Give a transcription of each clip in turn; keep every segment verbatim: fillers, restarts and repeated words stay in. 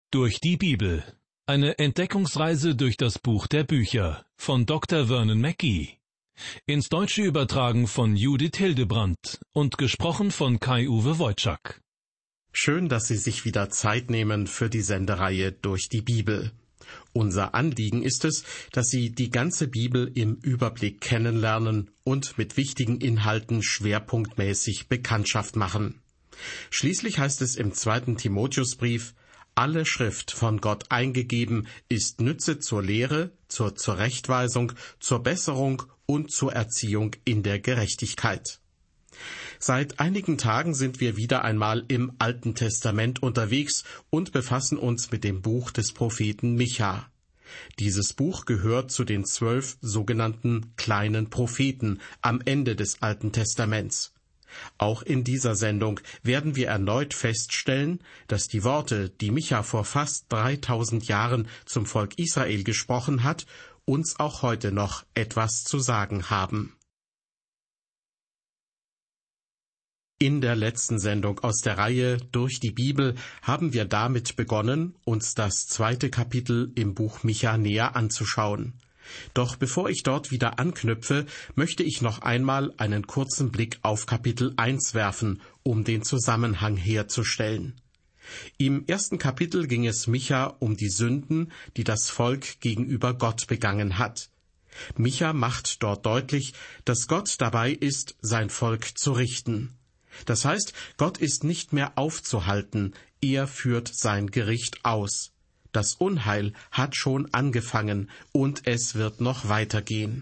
Durch die Bibel. Eine Entdeckungsreise durch das Buch der Bücher von Doktor Vernon Mackey. Ins Deutsche übertragen von Judith Hildebrandt und gesprochen von Kai-Uwe Wojczak. Schön, dass Sie sich wieder Zeit nehmen für die Sendereihe Durch die Bibel. Unser Anliegen ist es, dass Sie die ganze Bibel im Überblick kennenlernen und mit wichtigen Inhalten schwerpunktmäßig Bekanntschaft machen. Schließlich heißt es im zweiten Timotheusbrief: Alle Schrift von Gott eingegeben ist Nütze zur Lehre, zur Zurechtweisung, zur Besserung und zur Erziehung in der Gerechtigkeit. Seit einigen Tagen sind wir wieder einmal im Alten Testament unterwegs und befassen uns mit dem Buch des Propheten Micha. Dieses Buch gehört zu den zwölf sogenannten kleinen Propheten am Ende des Alten Testaments. Auch in dieser Sendung werden wir erneut feststellen, dass die Worte, die Micha vor fast dreitausend Jahren zum Volk Israel gesprochen hat, uns auch heute noch etwas zu sagen haben. In der letzten Sendung aus der Reihe Durch die Bibel haben wir damit begonnen, uns das zweite Kapitel im Buch Micha näher anzuschauen. Doch bevor ich dort wieder anknüpfe, möchte ich noch einmal einen kurzen Blick auf Kapitel eins werfen, um den Zusammenhang herzustellen. Im ersten Kapitel ging es Micha um die Sünden, die das Volk gegenüber Gott begangen hat. Micha macht dort deutlich, dass Gott dabei ist, sein Volk zu richten. Das heißt, Gott ist nicht mehr aufzuhalten, er führt sein Gericht aus. Das Unheil hat schon angefangen und es wird noch weitergehen.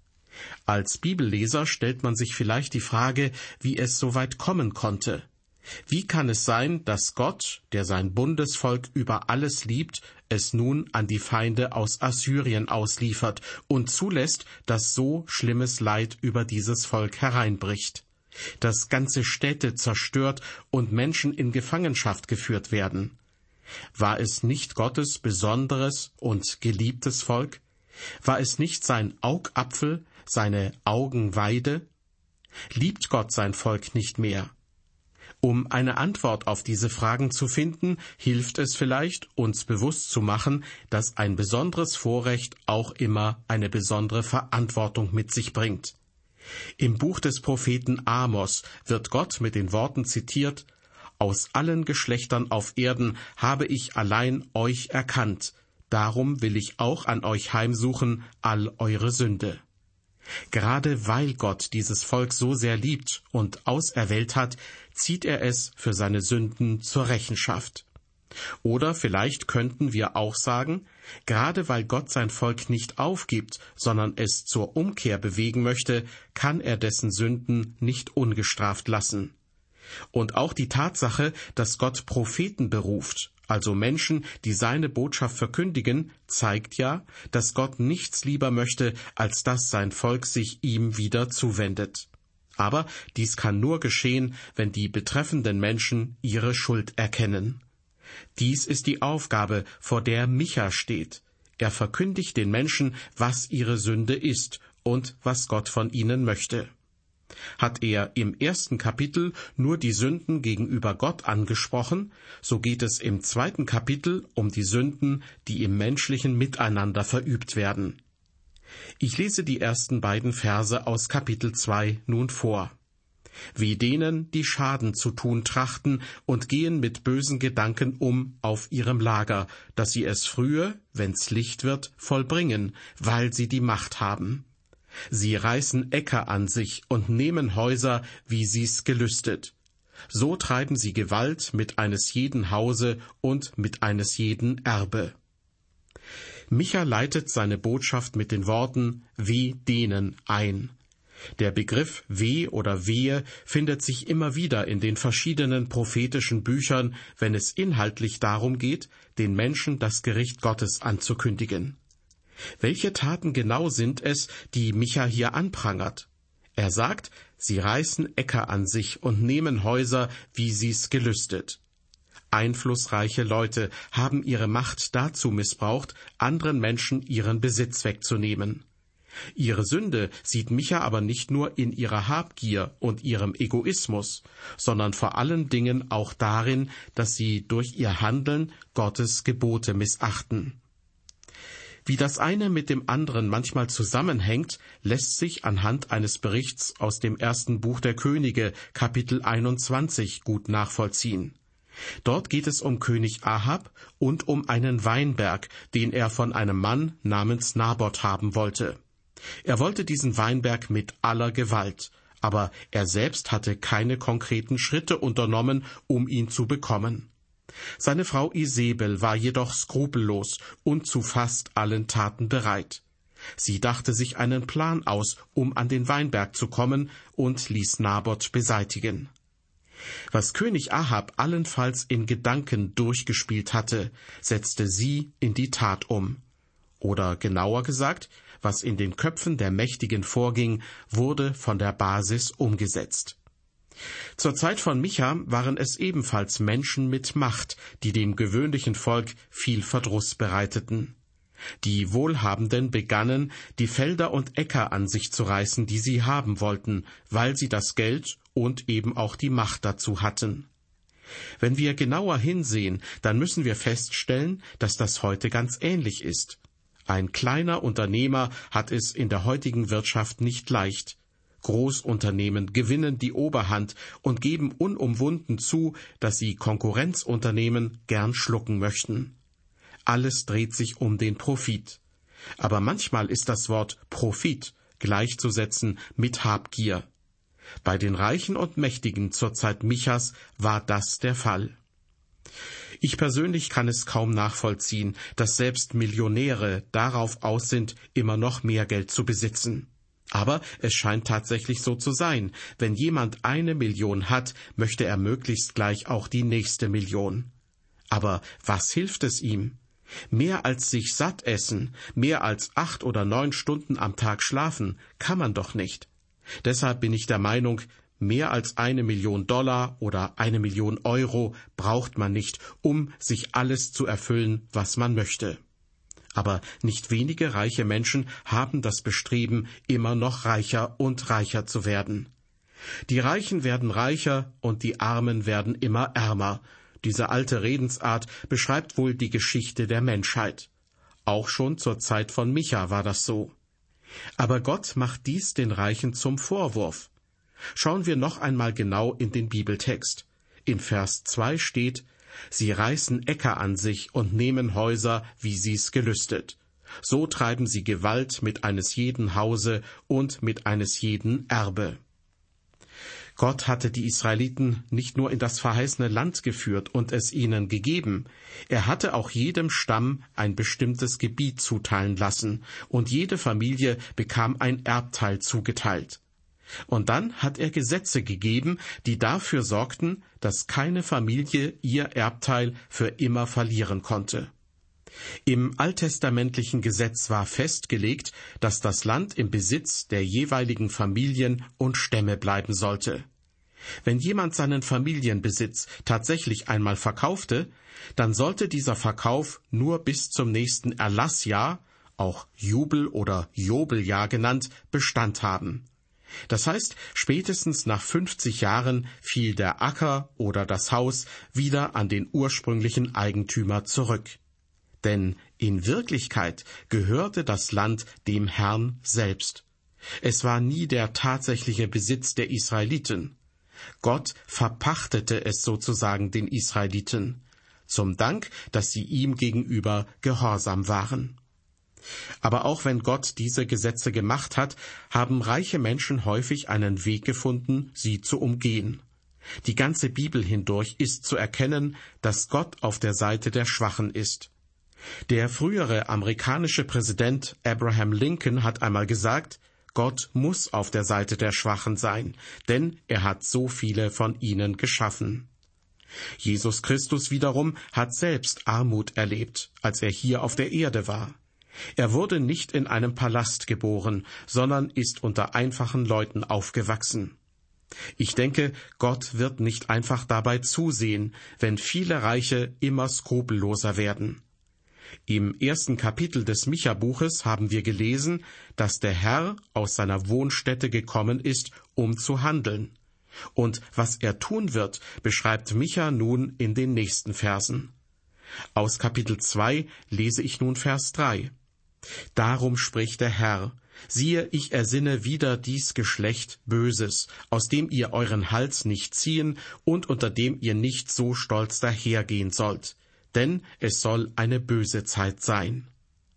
Als Bibelleser stellt man sich vielleicht die Frage, wie es so weit kommen konnte. Wie kann es sein, dass Gott, der sein Bundesvolk über alles liebt, es nun an die Feinde aus Assyrien ausliefert und zulässt, dass so schlimmes Leid über dieses Volk hereinbricht, dass ganze Städte zerstört und Menschen in Gefangenschaft geführt werden? War es nicht Gottes besonderes und geliebtes Volk? War es nicht sein Augapfel, seine Augenweide? Liebt Gott sein Volk nicht mehr? Um eine Antwort auf diese Fragen zu finden, hilft es vielleicht, uns bewusst zu machen, dass ein besonderes Vorrecht auch immer eine besondere Verantwortung mit sich bringt. Im Buch des Propheten Amos wird Gott mit den Worten zitiert: Aus allen Geschlechtern auf Erden habe ich allein euch erkannt, darum will ich auch an euch heimsuchen all eure Sünde. Gerade weil Gott dieses Volk so sehr liebt und auserwählt hat, zieht er es für seine Sünden zur Rechenschaft. Oder vielleicht könnten wir auch sagen, gerade weil Gott sein Volk nicht aufgibt, sondern es zur Umkehr bewegen möchte, kann er dessen Sünden nicht ungestraft lassen. Und auch die Tatsache, dass Gott Propheten beruft, also Menschen, die seine Botschaft verkündigen, zeigt ja, dass Gott nichts lieber möchte, als dass sein Volk sich ihm wieder zuwendet. Aber dies kann nur geschehen, wenn die betreffenden Menschen ihre Schuld erkennen. Dies ist die Aufgabe, vor der Micha steht. Er verkündigt den Menschen, was ihre Sünde ist und was Gott von ihnen möchte. Hat er im ersten Kapitel nur die Sünden gegenüber Gott angesprochen, so geht es im zweiten Kapitel um die Sünden, die im menschlichen Miteinander verübt werden. Ich lese die ersten beiden Verse aus Kapitel zwei nun vor. Wie denen, die Schaden zu tun trachten und gehen mit bösen Gedanken um auf ihrem Lager, dass sie es frühe, wenn's Licht wird, vollbringen, weil sie die Macht haben. Sie reißen Äcker an sich und nehmen Häuser, wie sie's gelüstet. So treiben sie Gewalt mit eines jeden Hause und mit eines jeden Erbe. Micha leitet seine Botschaft mit den Worten wie denen ein. Der Begriff Weh oder Wehe findet sich immer wieder in den verschiedenen prophetischen Büchern, wenn es inhaltlich darum geht, den Menschen das Gericht Gottes anzukündigen. Welche Taten genau sind es, die Micha hier anprangert? Er sagt, sie reißen Äcker an sich und nehmen Häuser, wie sie's gelüstet. Einflussreiche Leute haben ihre Macht dazu missbraucht, anderen Menschen ihren Besitz wegzunehmen. Ihre Sünde sieht Micha aber nicht nur in ihrer Habgier und ihrem Egoismus, sondern vor allen Dingen auch darin, dass sie durch ihr Handeln Gottes Gebote missachten. Wie das eine mit dem anderen manchmal zusammenhängt, lässt sich anhand eines Berichts aus dem ersten Buch der Könige, Kapitel einundzwanzig, gut nachvollziehen. Dort geht es um König Ahab und um einen Weinberg, den er von einem Mann namens Naboth haben wollte. Er wollte diesen Weinberg mit aller Gewalt, aber er selbst hatte keine konkreten Schritte unternommen, um ihn zu bekommen. Seine Frau Isebel war jedoch skrupellos und zu fast allen Taten bereit. Sie dachte sich einen Plan aus, um an den Weinberg zu kommen, und ließ Naboth beseitigen. Was König Ahab allenfalls in Gedanken durchgespielt hatte, setzte sie in die Tat um. Oder genauer gesagt, was in den Köpfen der Mächtigen vorging, wurde von der Basis umgesetzt. Zur Zeit von Micha waren es ebenfalls Menschen mit Macht, die dem gewöhnlichen Volk viel Verdruss bereiteten. Die Wohlhabenden begannen, die Felder und Äcker an sich zu reißen, die sie haben wollten, weil sie das Geld und eben auch die Macht dazu hatten. Wenn wir genauer hinsehen, dann müssen wir feststellen, dass das heute ganz ähnlich ist. Ein kleiner Unternehmer hat es in der heutigen Wirtschaft nicht leicht. Großunternehmen gewinnen die Oberhand und geben unumwunden zu, dass sie Konkurrenzunternehmen gern schlucken möchten. Alles dreht sich um den Profit. Aber manchmal ist das Wort Profit gleichzusetzen mit Habgier. Bei den Reichen und Mächtigen zur Zeit Michas war das der Fall. Ich persönlich kann es kaum nachvollziehen, dass selbst Millionäre darauf aus sind, immer noch mehr Geld zu besitzen. Aber es scheint tatsächlich so zu sein. Wenn jemand eine Million hat, möchte er möglichst gleich auch die nächste Million. Aber was hilft es ihm? Mehr als sich satt essen, mehr als acht oder neun Stunden am Tag schlafen, kann man doch nicht. Deshalb bin ich der Meinung, mehr als eine Million Dollar oder eine Million Euro braucht man nicht, um sich alles zu erfüllen, was man möchte. Aber nicht wenige reiche Menschen haben das Bestreben, immer noch reicher und reicher zu werden. Die Reichen werden reicher und die Armen werden immer ärmer. Diese alte Redensart beschreibt wohl die Geschichte der Menschheit. Auch schon zur Zeit von Micha war das so. Aber Gott macht dies den Reichen zum Vorwurf. Schauen wir noch einmal genau in den Bibeltext. In Vers zwei steht: Sie reißen Äcker an sich und nehmen Häuser, wie sie's gelüstet. So treiben sie Gewalt mit eines jeden Hause und mit eines jeden Erbe. Gott hatte die Israeliten nicht nur in das verheißene Land geführt und es ihnen gegeben, er hatte auch jedem Stamm ein bestimmtes Gebiet zuteilen lassen, und jede Familie bekam ein Erbteil zugeteilt. Und dann hat er Gesetze gegeben, die dafür sorgten, dass keine Familie ihr Erbteil für immer verlieren konnte. Im alttestamentlichen Gesetz war festgelegt, dass das Land im Besitz der jeweiligen Familien und Stämme bleiben sollte. Wenn jemand seinen Familienbesitz tatsächlich einmal verkaufte, dann sollte dieser Verkauf nur bis zum nächsten Erlassjahr, auch Jubel- oder Jobeljahr genannt, Bestand haben. Das heißt, spätestens nach fünfzig Jahren fiel der Acker oder das Haus wieder an den ursprünglichen Eigentümer zurück. Denn in Wirklichkeit gehörte das Land dem Herrn selbst. Es war nie der tatsächliche Besitz der Israeliten. Gott verpachtete es sozusagen den Israeliten, zum Dank, dass sie ihm gegenüber gehorsam waren. Aber auch wenn Gott diese Gesetze gemacht hat, haben reiche Menschen häufig einen Weg gefunden, sie zu umgehen. Die ganze Bibel hindurch ist zu erkennen, dass Gott auf der Seite der Schwachen ist. Der frühere amerikanische Präsident Abraham Lincoln hat einmal gesagt, Gott muss auf der Seite der Schwachen sein, denn er hat so viele von ihnen geschaffen. Jesus Christus wiederum hat selbst Armut erlebt, als er hier auf der Erde war. Er wurde nicht in einem Palast geboren, sondern ist unter einfachen Leuten aufgewachsen. Ich denke, Gott wird nicht einfach dabei zusehen, wenn viele Reiche immer skrupelloser werden. Im ersten Kapitel des Micha-Buches haben wir gelesen, dass der Herr aus seiner Wohnstätte gekommen ist, um zu handeln. Und was er tun wird, beschreibt Micha nun in den nächsten Versen. Aus Kapitel zwei lese ich nun Vers drei. Darum spricht der Herr: Siehe, ich ersinne wieder dies Geschlecht Böses, aus dem ihr euren Hals nicht ziehen und unter dem ihr nicht so stolz dahergehen sollt, denn es soll eine böse Zeit sein.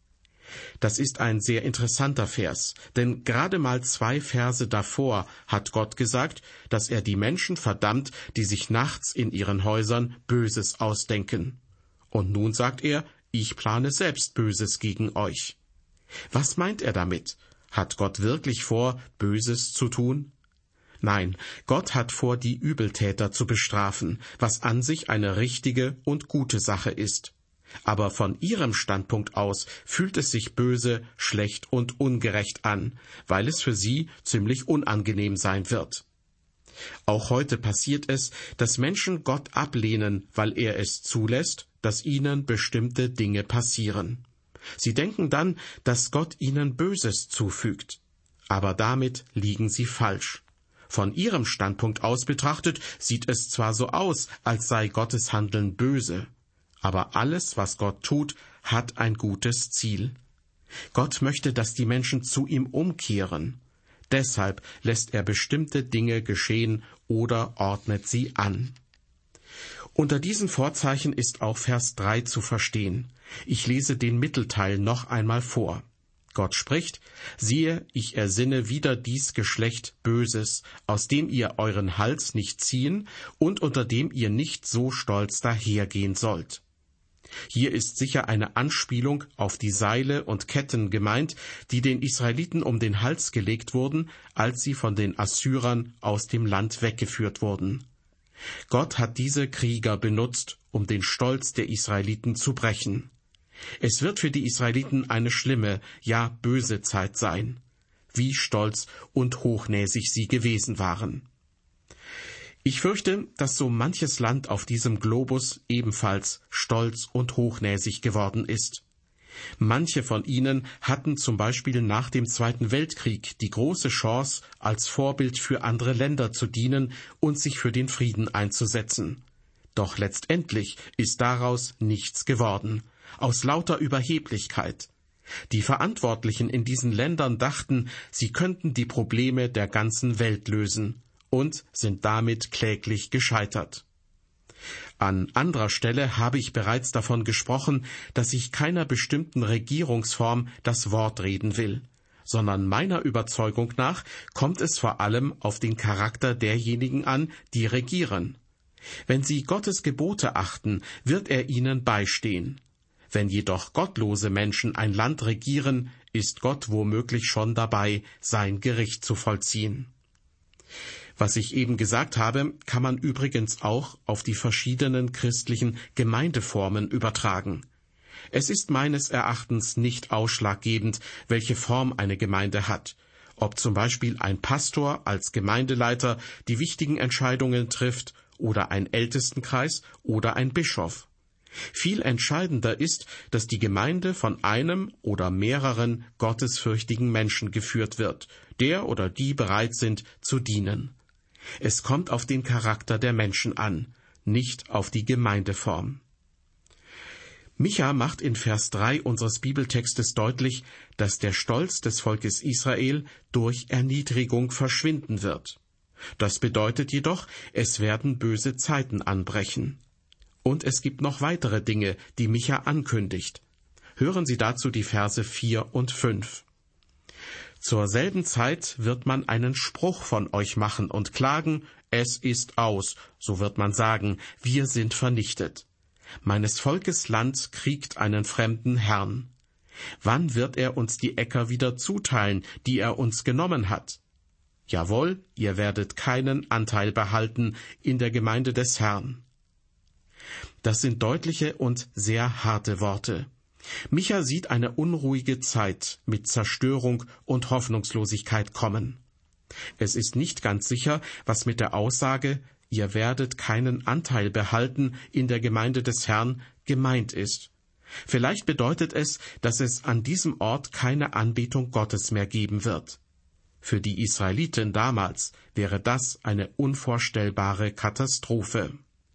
Das ist ein sehr interessanter Vers, denn gerade mal zwei Verse davor hat Gott gesagt, dass er die Menschen verdammt, die sich nachts in ihren Häusern Böses ausdenken. Und nun sagt er, ich plane selbst Böses gegen euch. Was meint er damit? Hat Gott wirklich vor, Böses zu tun? Nein, Gott hat vor, die Übeltäter zu bestrafen, was an sich eine richtige und gute Sache ist. Aber von ihrem Standpunkt aus fühlt es sich böse, schlecht und ungerecht an, weil es für sie ziemlich unangenehm sein wird. Auch heute passiert es, dass Menschen Gott ablehnen, weil er es zulässt, dass ihnen bestimmte Dinge passieren. Sie denken dann, dass Gott ihnen Böses zufügt. Aber damit liegen sie falsch. Von ihrem Standpunkt aus betrachtet, sieht es zwar so aus, als sei Gottes Handeln böse, aber alles, was Gott tut, hat ein gutes Ziel. Gott möchte, dass die Menschen zu ihm umkehren. Deshalb lässt er bestimmte Dinge geschehen oder ordnet sie an. Unter diesen Vorzeichen ist auch Vers drei zu verstehen. Ich lese den Mittelteil noch einmal vor. Gott spricht: Siehe, ich ersinne wieder dies Geschlecht Böses, aus dem ihr euren Hals nicht ziehen und unter dem ihr nicht so stolz dahergehen sollt. Hier ist sicher eine Anspielung auf die Seile und Ketten gemeint, die den Israeliten um den Hals gelegt wurden, als sie von den Assyrern aus dem Land weggeführt wurden. Gott hat diese Krieger benutzt, um den Stolz der Israeliten zu brechen. Es wird für die Israeliten eine schlimme, ja böse Zeit sein. Wie stolz und hochnäsig sie gewesen waren. Ich fürchte, dass so manches Land auf diesem Globus ebenfalls stolz und hochnäsig geworden ist. Manche von ihnen hatten zum Beispiel nach dem Zweiten Weltkrieg die große Chance, als Vorbild für andere Länder zu dienen und sich für den Frieden einzusetzen. Doch letztendlich ist daraus nichts geworden, aus lauter Überheblichkeit. Die Verantwortlichen in diesen Ländern dachten, sie könnten die Probleme der ganzen Welt lösen und sind damit kläglich gescheitert. An anderer Stelle habe ich bereits davon gesprochen, dass ich keiner bestimmten Regierungsform das Wort reden will, sondern meiner Überzeugung nach kommt es vor allem auf den Charakter derjenigen an, die regieren. Wenn sie Gottes Gebote achten, wird er ihnen beistehen. Wenn jedoch gottlose Menschen ein Land regieren, ist Gott womöglich schon dabei, sein Gericht zu vollziehen. Was ich eben gesagt habe, kann man übrigens auch auf die verschiedenen christlichen Gemeindeformen übertragen. Es ist meines Erachtens nicht ausschlaggebend, welche Form eine Gemeinde hat, ob zum Beispiel ein Pastor als Gemeindeleiter die wichtigen Entscheidungen trifft oder ein Ältestenkreis oder ein Bischof. Viel entscheidender ist, dass die Gemeinde von einem oder mehreren gottesfürchtigen Menschen geführt wird, der oder die bereit sind zu dienen. Es kommt auf den Charakter der Menschen an, nicht auf die Gemeindeform. Micha macht in Vers drei unseres Bibeltextes deutlich, dass der Stolz des Volkes Israel durch Erniedrigung verschwinden wird. Das bedeutet jedoch, es werden böse Zeiten anbrechen. Und es gibt noch weitere Dinge, die Micha ankündigt. Hören Sie dazu die Verse vier und fünf. Zur selben Zeit wird man einen Spruch von euch machen und klagen, es ist aus, so wird man sagen, wir sind vernichtet. Meines Volkes Land kriegt einen fremden Herrn. Wann wird er uns die Äcker wieder zuteilen, die er uns genommen hat? Jawohl, ihr werdet keinen Anteil behalten in der Gemeinde des Herrn. Das sind deutliche und sehr harte Worte. Micha sieht eine unruhige Zeit mit Zerstörung und Hoffnungslosigkeit kommen. Es ist nicht ganz sicher, was mit der Aussage, ihr werdet keinen Anteil behalten in der Gemeinde des Herrn, gemeint ist. Vielleicht bedeutet es, dass es an diesem Ort keine Anbetung Gottes mehr geben wird. Für die Israeliten damals wäre das eine unvorstellbare Katastrophe.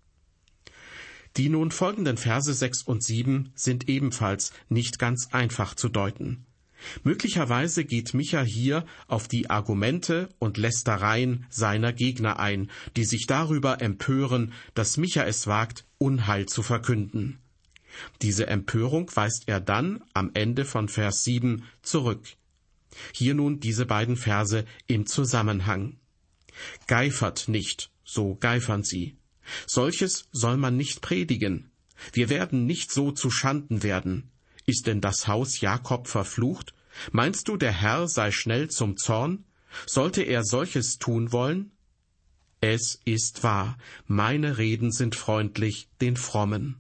Die nun folgenden Verse sechs und sieben sind ebenfalls nicht ganz einfach zu deuten. Möglicherweise geht Micha hier auf die Argumente und Lästereien seiner Gegner ein, die sich darüber empören, dass Micha es wagt, Unheil zu verkünden. Diese Empörung weist er dann am Ende von Vers sieben zurück. Hier nun diese beiden Verse im Zusammenhang. Geifert nicht, so geifern sie. Solches soll man nicht predigen. Wir werden nicht so zu Schanden werden. Ist denn das Haus Jakob verflucht? Meinst du, der Herr sei schnell zum Zorn? Sollte er solches tun wollen? Es ist wahr, meine Reden sind freundlich den Frommen.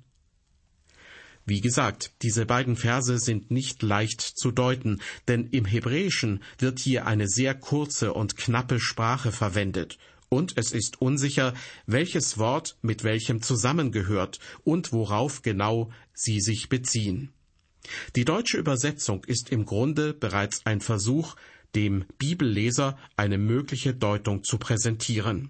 Wie gesagt, diese beiden Verse sind nicht leicht zu deuten, denn im Hebräischen wird hier eine sehr kurze und knappe Sprache verwendet, und es ist unsicher, welches Wort mit welchem zusammengehört und worauf genau sie sich beziehen. Die deutsche Übersetzung ist im Grunde bereits ein Versuch, dem Bibelleser eine mögliche Deutung zu präsentieren.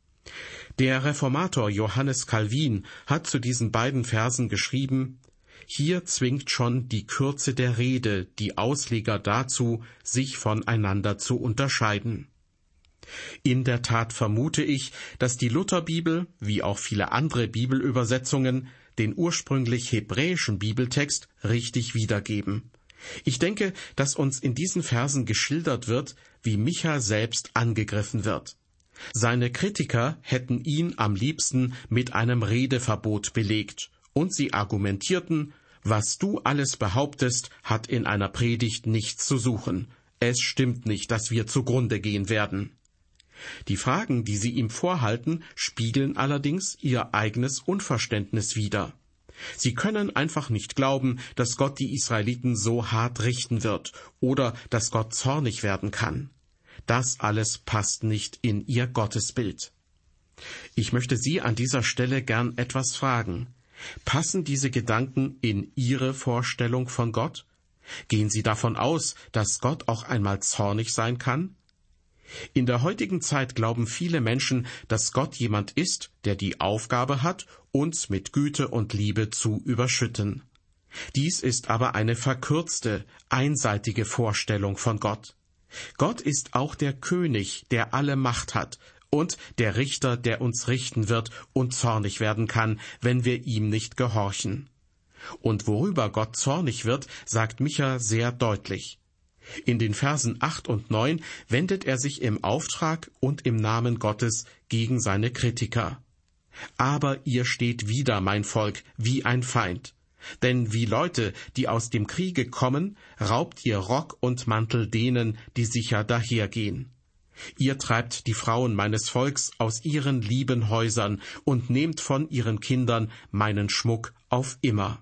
Der Reformator Johannes Calvin hat zu diesen beiden Versen geschrieben: Hier zwingt schon die Kürze der Rede die Ausleger dazu, sich voneinander zu unterscheiden. In der Tat vermute ich, dass die Lutherbibel, wie auch viele andere Bibelübersetzungen, den ursprünglich hebräischen Bibeltext richtig wiedergeben. Ich denke, dass uns in diesen Versen geschildert wird, wie Micha selbst angegriffen wird. Seine Kritiker hätten ihn am liebsten mit einem Redeverbot belegt, und sie argumentierten: Was du alles behauptest, hat in einer Predigt nichts zu suchen. Es stimmt nicht, dass wir zugrunde gehen werden. Die Fragen, die sie ihm vorhalten, spiegeln allerdings ihr eigenes Unverständnis wider. Sie können einfach nicht glauben, dass Gott die Israeliten so hart richten wird oder dass Gott zornig werden kann. Das alles passt nicht in ihr Gottesbild. Ich möchte Sie an dieser Stelle gern etwas fragen. Passen diese Gedanken in Ihre Vorstellung von Gott? Gehen Sie davon aus, dass Gott auch einmal zornig sein kann? In der heutigen Zeit glauben viele Menschen, dass Gott jemand ist, der die Aufgabe hat, uns mit Güte und Liebe zu überschütten. Dies ist aber eine verkürzte, einseitige Vorstellung von Gott. Gott ist auch der König, der alle Macht hat, und der Richter, der uns richten wird und zornig werden kann, wenn wir ihm nicht gehorchen. Und worüber Gott zornig wird, sagt Micha sehr deutlich. In den Versen acht und neun wendet er sich im Auftrag und im Namen Gottes gegen seine Kritiker. Aber ihr steht wider, mein Volk, wie ein Feind. Denn wie Leute, die aus dem Kriege kommen, raubt ihr Rock und Mantel denen, die sicher dahergehen. Ihr treibt die Frauen meines Volks aus ihren lieben Häusern und nehmt von ihren Kindern meinen Schmuck auf immer.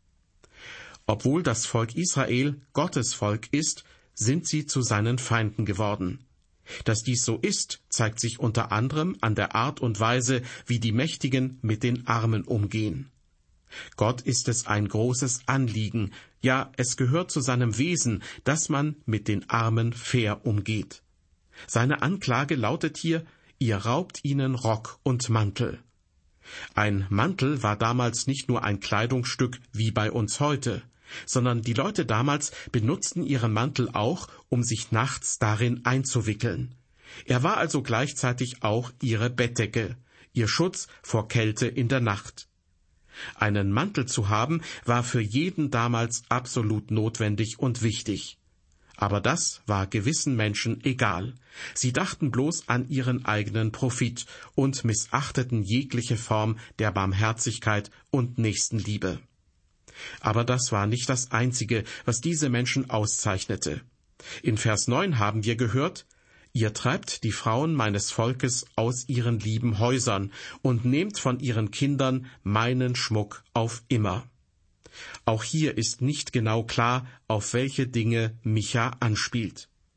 Obwohl das Volk Israel Gottes Volk ist, sind sie zu seinen Feinden geworden. Dass dies so ist, zeigt sich unter anderem an der Art und Weise, wie die Mächtigen mit den Armen umgehen. Gott ist es ein großes Anliegen, ja, es gehört zu seinem Wesen, dass man mit den Armen fair umgeht. Seine Anklage lautet hier: Ihr raubt ihnen Rock und Mantel. Ein Mantel war damals nicht nur ein Kleidungsstück wie bei uns heute, sondern die Leute damals benutzten ihren Mantel auch, um sich nachts darin einzuwickeln. Er war also gleichzeitig auch ihre Bettdecke, ihr Schutz vor Kälte in der Nacht. Einen Mantel zu haben, war für jeden damals absolut notwendig und wichtig. Aber das war gewissen Menschen egal. Sie dachten bloß an ihren eigenen Profit und missachteten jegliche Form der Barmherzigkeit und Nächstenliebe. Aber das war nicht das Einzige, was diese Menschen auszeichnete. In Vers neun haben wir gehört: Ihr treibt die Frauen meines Volkes aus ihren lieben Häusern und nehmt von ihren Kindern meinen Schmuck auf immer. Auch hier ist nicht genau klar, auf welche Dinge Micha anspielt.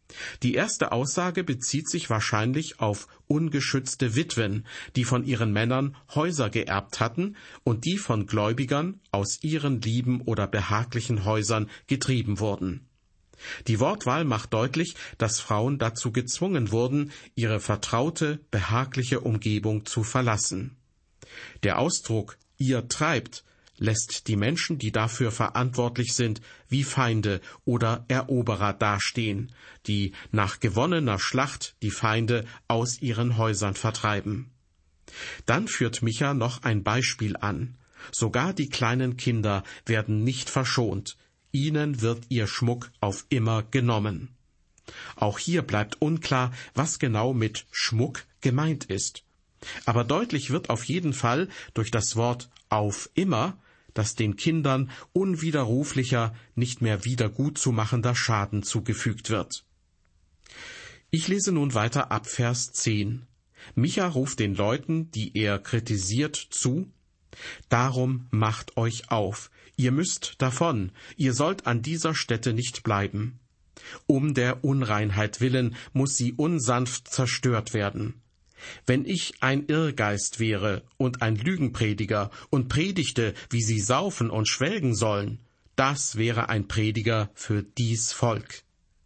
Die erste Aussage bezieht sich wahrscheinlich auf ungeschützte Witwen, die von ihren Männern Häuser geerbt hatten und die von Gläubigern aus ihren lieben oder behaglichen Häusern getrieben wurden. Die Wortwahl macht deutlich, dass Frauen dazu gezwungen wurden, ihre vertraute, behagliche Umgebung zu verlassen. Der Ausdruck »ihr treibt« lässt die Menschen, die dafür verantwortlich sind, wie Feinde oder Eroberer dastehen, die nach gewonnener Schlacht die Feinde aus ihren Häusern vertreiben. Dann führt Micha noch ein Beispiel an. Sogar die kleinen Kinder werden nicht verschont. Ihnen wird ihr Schmuck auf immer genommen. Auch hier bleibt unklar, was genau mit Schmuck gemeint ist. Aber deutlich wird auf jeden Fall durch das Wort auf immer, dass den Kindern unwiderruflicher, nicht mehr wiedergutzumachender Schaden zugefügt wird. Ich lese nun weiter ab Vers zehn. Micha ruft den Leuten, die er kritisiert, zu: »Darum macht euch auf, ihr müsst davon, ihr sollt an dieser Stätte nicht bleiben. Um der Unreinheit willen muss sie unsanft zerstört werden. Wenn ich ein Irrgeist wäre und ein Lügenprediger und predigte, wie sie saufen und schwelgen sollen, das wäre ein Prediger für dies Volk.«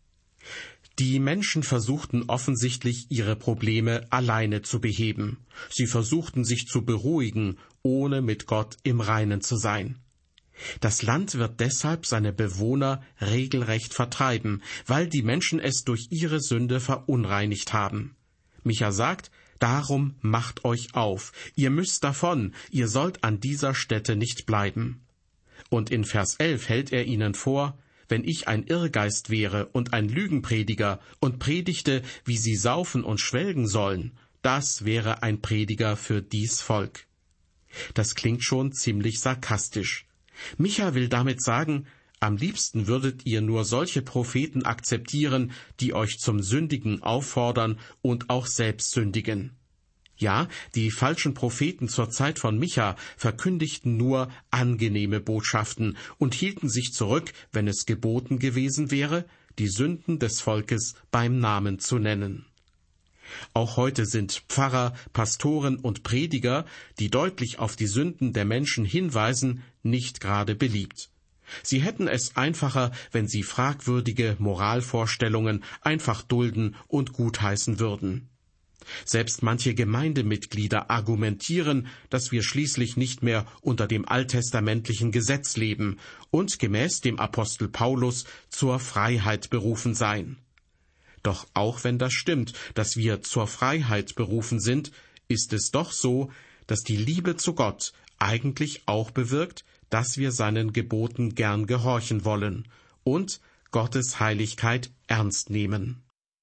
Die Menschen versuchten offensichtlich, ihre Probleme alleine zu beheben. Sie versuchten, sich zu beruhigen, ohne mit Gott im Reinen zu sein. Das Land wird deshalb seine Bewohner regelrecht vertreiben, weil die Menschen es durch ihre Sünde verunreinigt haben. Micha sagt: »Darum macht euch auf, ihr müsst davon, ihr sollt an dieser Stätte nicht bleiben.« Und in Vers elf hält er ihnen vor: »Wenn ich ein Irrgeist wäre und ein Lügenprediger und predigte, wie sie saufen und schwelgen sollen, das wäre ein Prediger für dies Volk.« Das klingt schon ziemlich sarkastisch. Micha will damit sagen, am liebsten würdet ihr nur solche Propheten akzeptieren, die euch zum Sündigen auffordern und auch selbst sündigen. Ja, die falschen Propheten zur Zeit von Micha verkündigten nur angenehme Botschaften und hielten sich zurück, wenn es geboten gewesen wäre, die Sünden des Volkes beim Namen zu nennen. Auch heute sind Pfarrer, Pastoren und Prediger, die deutlich auf die Sünden der Menschen hinweisen, nicht gerade beliebt. Sie hätten es einfacher, wenn sie fragwürdige Moralvorstellungen einfach dulden und gutheißen würden. Selbst manche Gemeindemitglieder argumentieren, dass wir schließlich nicht mehr unter dem alttestamentlichen Gesetz leben und gemäß dem Apostel Paulus zur Freiheit berufen seien. Doch auch wenn das stimmt, dass wir zur Freiheit berufen sind, ist es doch so, dass die Liebe zu Gott eigentlich auch bewirkt, dass wir seinen Geboten gern gehorchen wollen und Gottes Heiligkeit ernst nehmen.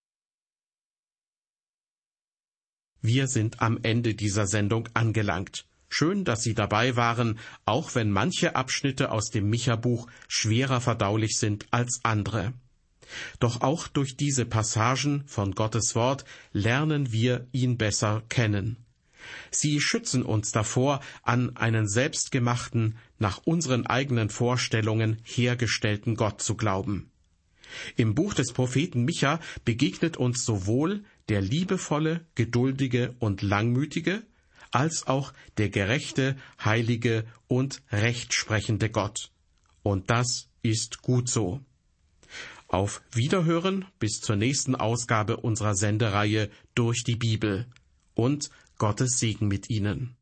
Wir sind am Ende dieser Sendung angelangt. Schön, dass Sie dabei waren, auch wenn manche Abschnitte aus dem Micha-Buch schwerer verdaulich sind als andere. Doch auch durch diese Passagen von Gottes Wort lernen wir ihn besser kennen. Sie schützen uns davor, an einen selbstgemachten, nach unseren eigenen Vorstellungen hergestellten Gott zu glauben. Im Buch des Propheten Micha begegnet uns sowohl der liebevolle, geduldige und langmütige, als auch der gerechte, heilige und rechtsprechende Gott. Und das ist gut so. Auf Wiederhören bis zur nächsten Ausgabe unserer Sendereihe Durch die Bibel und Gottes Segen mit Ihnen.